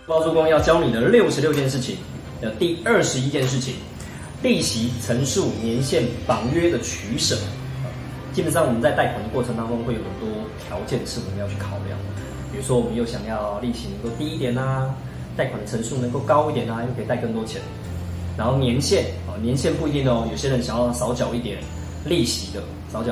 包租公要教你的66件事情的第21件事情，利息、成数、年限、绑约的取舍。基本上我们在贷款的过程当中会有很多条件是我们要去考量的，比如说我们又想要利息能够低一点啊，贷款的成数能够高一点啊，又可以贷更多钱。然后年限年限不一定哦，有些人想要少缴一点利息的，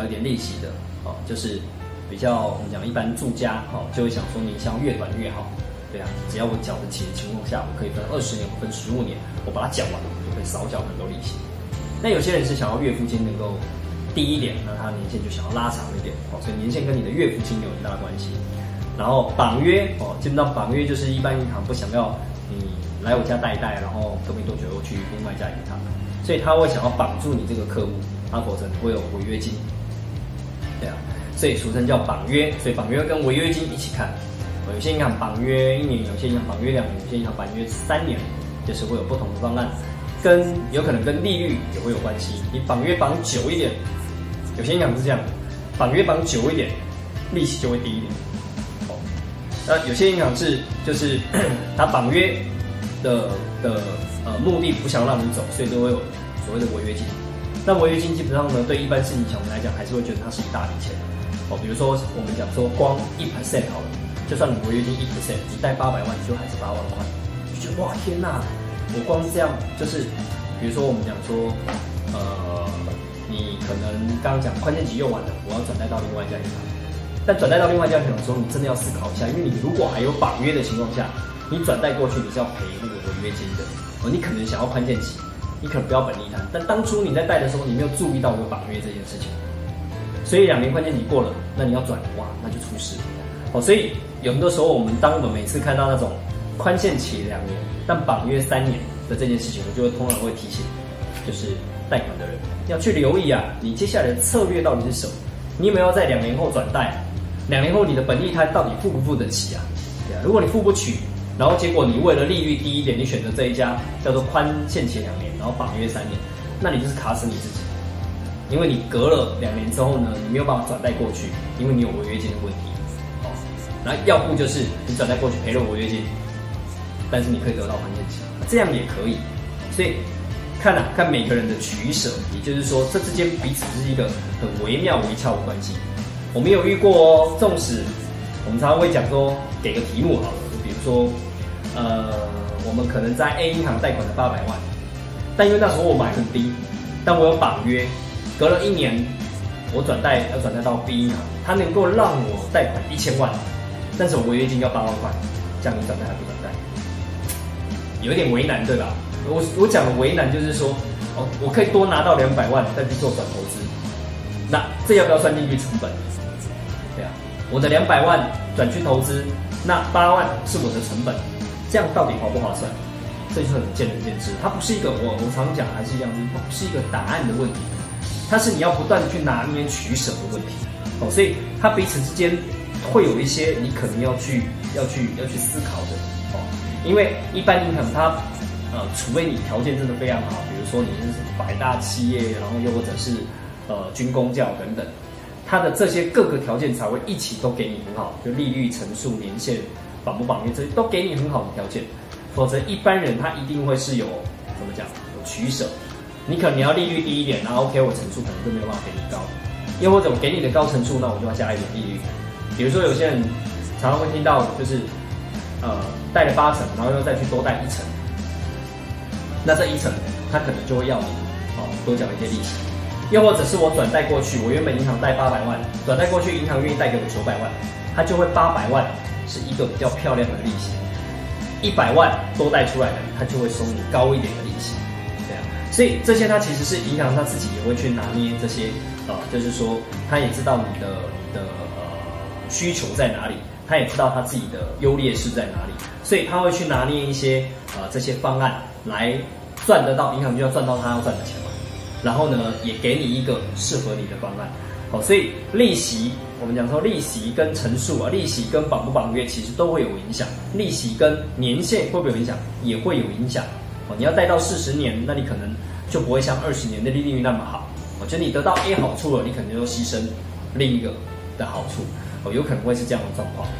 就是比较我们讲一般住家就会想说年限越短越好，对啊，只要我缴得起的情况下，我可以分20年，我分15年，我把它缴完，我就可以少缴很多利息。那有些人是想要月付金能够低一点，那他年限就想要拉长一点，所以年限跟你的月付金有很大的关系。然后绑约基本上绑约就是一般银行不想要你来我家贷一贷，然后隔没多久又去另外一家银行，所以他会想要绑住你这个客户，否则你会有违约金，对啊，所以俗称叫绑约。所以绑约跟违约金一起看，有些银行绑约1年，有些银行绑约2年，有些银行绑约3年，就是会有不同的方案，有可能跟利率也会有关系。你绑约绑久一点，有些银行是这样，绑约绑久一点，利息就会低一点。那有些银行就是它绑约的目的不想让你走，所以都会有所谓的违约金。那违约金基本上呢，对一般市民小民来讲，还是会觉得它是一大笔钱。比如说我们讲说光1% 好了，就算你违约金1%，你贷800万，你就还是8万块，就觉得哇天哪！我光这样就是，比如说我们讲说，你可能刚刚讲宽限期用完了，我要转贷到另外一家银行。但转贷到另外一家银行的时候，你真的要思考一下，因为你如果还有绑约的情况下，你转贷过去你是要赔那个违约金的。你可能想要宽限期，你可能不要本利摊，但当初你在贷的时候，你没有注意到有绑约这件事情，所以2年宽限期过了，那你要转，哇，那就出事了。所以有很多时候，我们每次看到那种宽限期2年，但绑约3年的这件事情，我就通常会提醒，就是贷款的人要去留意啊，你接下来的策略到底是什么？你有没有要在2年后转贷？2年后你的本利摊到底付不付得起啊？对啊，如果你付不起，然后结果你为了利率低一点，你选择这一家叫做宽限期2年，然后绑约3年，那你就是卡死你自己，因为你隔了2年之后呢，你没有办法转贷过去，因为你有违约金的问题。那要不就是你转贷过去赔了违约金，但是你可以得到宽限期，这样也可以。所以看每个人的取舍，也就是说这之间彼此是一个很微妙微妙的关系。我们有遇过哦，纵使我们常常会讲说给个题目好了，就比如说我们可能在 A 银行贷款的800万，但因为那时候我买很低，但我有绑约，隔了1年我要转贷到 B 银行，它能够让我贷款1000万，但是我违约金要8万块，这样你转贷还不转贷？有一点为难，对吧？我讲的为难就是说，我可以多拿到200万再去做转投资，那这要不要算进去成本？对啊，我的200万转去投资，那8万是我的成本，这样到底划不划算？这就是很见仁见智。它不是一个我常讲还是一样，它不是一个答案的问题，它是你要不断的去拿捏取舍的问题。所以它彼此之间会有一些你可能要去思考的。因为一般银行它除非你条件真的非常好，比如说你是百大企业，然后又或者是军公教等等，它的这些各个条件才会一起都给你很好，就利率、成数、年限、绑不绑约，这些都给你很好的条件。否则一般人他一定会是有取舍。你可能要利率低一点，然后 OK 我成数可能就没有办法给你高，又或者我给你的高成数，那我就要加一点利率。比如说有些人常常会听到就是贷了8成，然后又再去多贷1成，那这1成他可能就会要你多缴一些利息。又或者是我转贷过去，我原本银行贷800万，转贷过去银行愿意贷给我900万，他就会800万是一个比较漂亮的利息，100万多贷出来的，他就会收你高一点的利息，对啊。所以这些他其实是银行他自己也会去拿捏这些就是说他也知道你的需求在哪里，他也知道他自己的优劣势在哪里，所以他会去拿捏一些这些方案来赚得到，银行就要赚到他要赚的钱嘛。然后呢，也给你一个适合你的方案。所以利息，我们讲说利息跟成数利息跟绑不绑约其实都会有影响，利息跟年限会不会有影响？也会有影响。你要贷到40年，那你可能就不会像20年的利率那么好。我觉得你得到 A 好处了，你可能就牺牲另一个的好处，有可能会是这样的状况。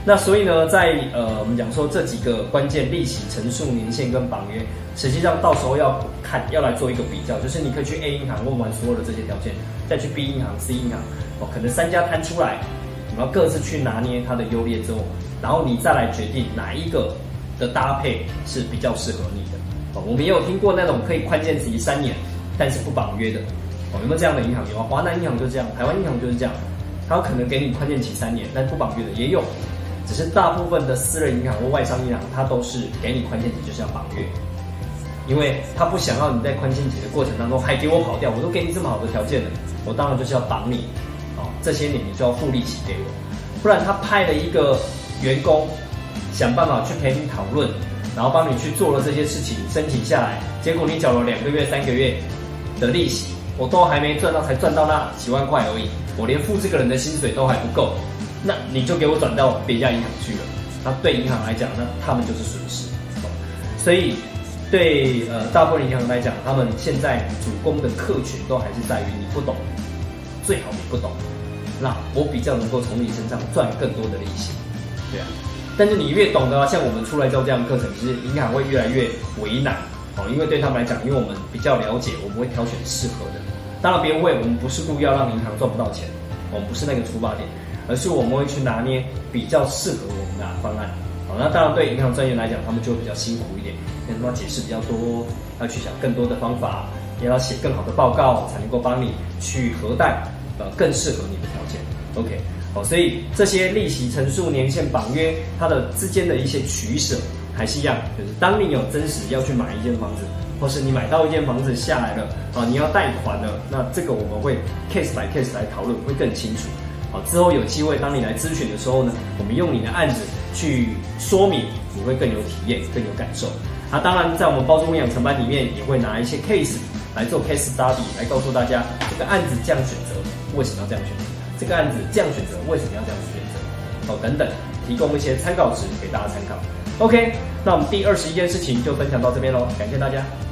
那所以呢，在我们讲说这几个关键利息、陈述年限跟绑约，实际上到时候要来做一个比较，就是你可以去 A 银行问完所有的这些条件，再去 B 银行、C 银行，可能3家摊出来，你们要各自去拿捏它的优劣之后，然后你再来决定哪一个的搭配是比较适合你的。我们也有听过那种可以宽限期3年，但是不绑约的，有没有这样的银行？有啊，华南银行就这样，台湾银行就是这样，它有可能给你宽限期3年，但是不绑约的也有。只是大部分的私人银行或外商银行，它都是给你宽限期就是要绑约，因为他不想要你在宽限期的过程当中还给我跑掉，我都给你这么好的条件了，我当然就是要绑你，这些年你就要付利息给我，不然他派了一个员工想办法去陪你讨论，然后帮你去做了这些事情，申请下来，结果你缴了2个月、3个月的利息，我都还没赚到，才赚到那几万块而已，我连付这个人的薪水都还不够。那你就给我转到别家银行去了，那对银行来讲，那他们就是损失。所以对大部分银行来讲，他们现在主攻的客群都还是在于你不懂，最好你不懂，那我比较能够从你身上赚更多的利息，对啊。但是你越懂的话，像我们出来教这样的课程，其实银行会越来越为难因为对他们来讲，因为我们比较了解，我们会挑选适合的。当然别误会，我们不是故意要让银行赚不到钱，我们不是那个出发点。而是我们会去拿捏比较适合我们的方案，那当然对银行专员来讲，他们就会比较辛苦一点，因为他们要解释比较多，要去想更多的方法，也要写更好的报告，才能够帮你去核贷更适合你的条件。OK， 所以这些利息、陈述年限、绑约，它的之间的一些取舍还是一样，就是当你有真实要去买一间房子，或是你买到一间房子下来了你要贷款了，那这个我们会 case by case 来讨论，会更清楚。之后有机会，当你来咨询的时候呢，我们用你的案子去说明，你会更有体验、更有感受。当然，在我们包租公养成班里面，也会拿一些 case 来做 case study， 来告诉大家这个案子这样选择，为什么要这样选择？这个案子这样选择，为什么要这样选择？等等，提供一些参考值给大家参考。OK， 那我们第21件事情就分享到这边喽，感谢大家。